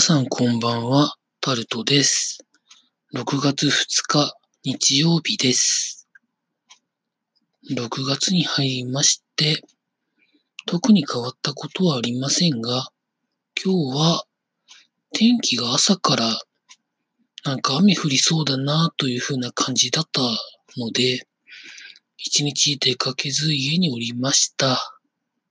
さんこんばんは、タルトです。6月2日、日曜日です。6月に入りまして、特に変わったことはありませんが、今日は天気が朝から雨降りそうだなという風な感じだったので、一日出かけず家におりました。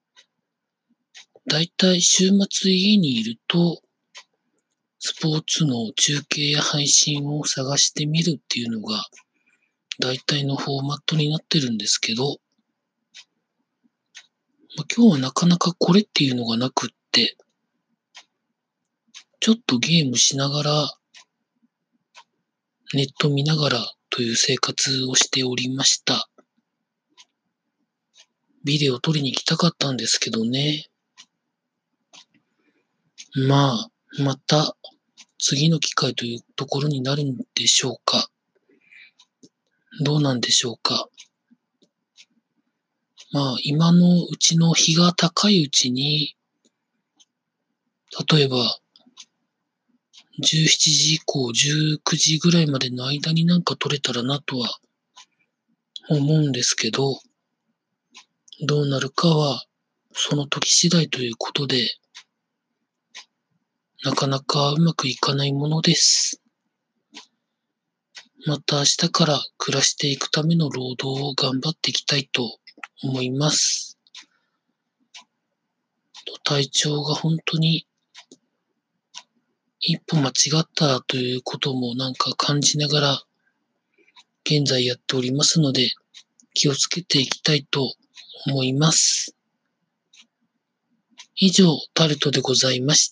だいたい週末家にいると、スポーツの中継や配信を探してみるっていうのが大体のフォーマットになってるんですけど、今日はなかなかこれっていうのがなくって、ちょっとゲームしながら、ネット見ながらという生活をしておりました。ビデオ撮りに行きたかったんですけどね。また次の機会というところになるんでしょうか。どうなんでしょうか。今のうちの日が高いうちに、例えば、17時以降、19時ぐらいまでの間に撮れたらなとは思うんですけど、どうなるかはその時次第ということで、なかなかうまくいかないものです。また明日から暮らしていくための労働を頑張っていきたいと思います。体調が本当に一歩間違ったらということも感じながら現在やっておりますので、気をつけていきたいと思います。以上、タルトでございました。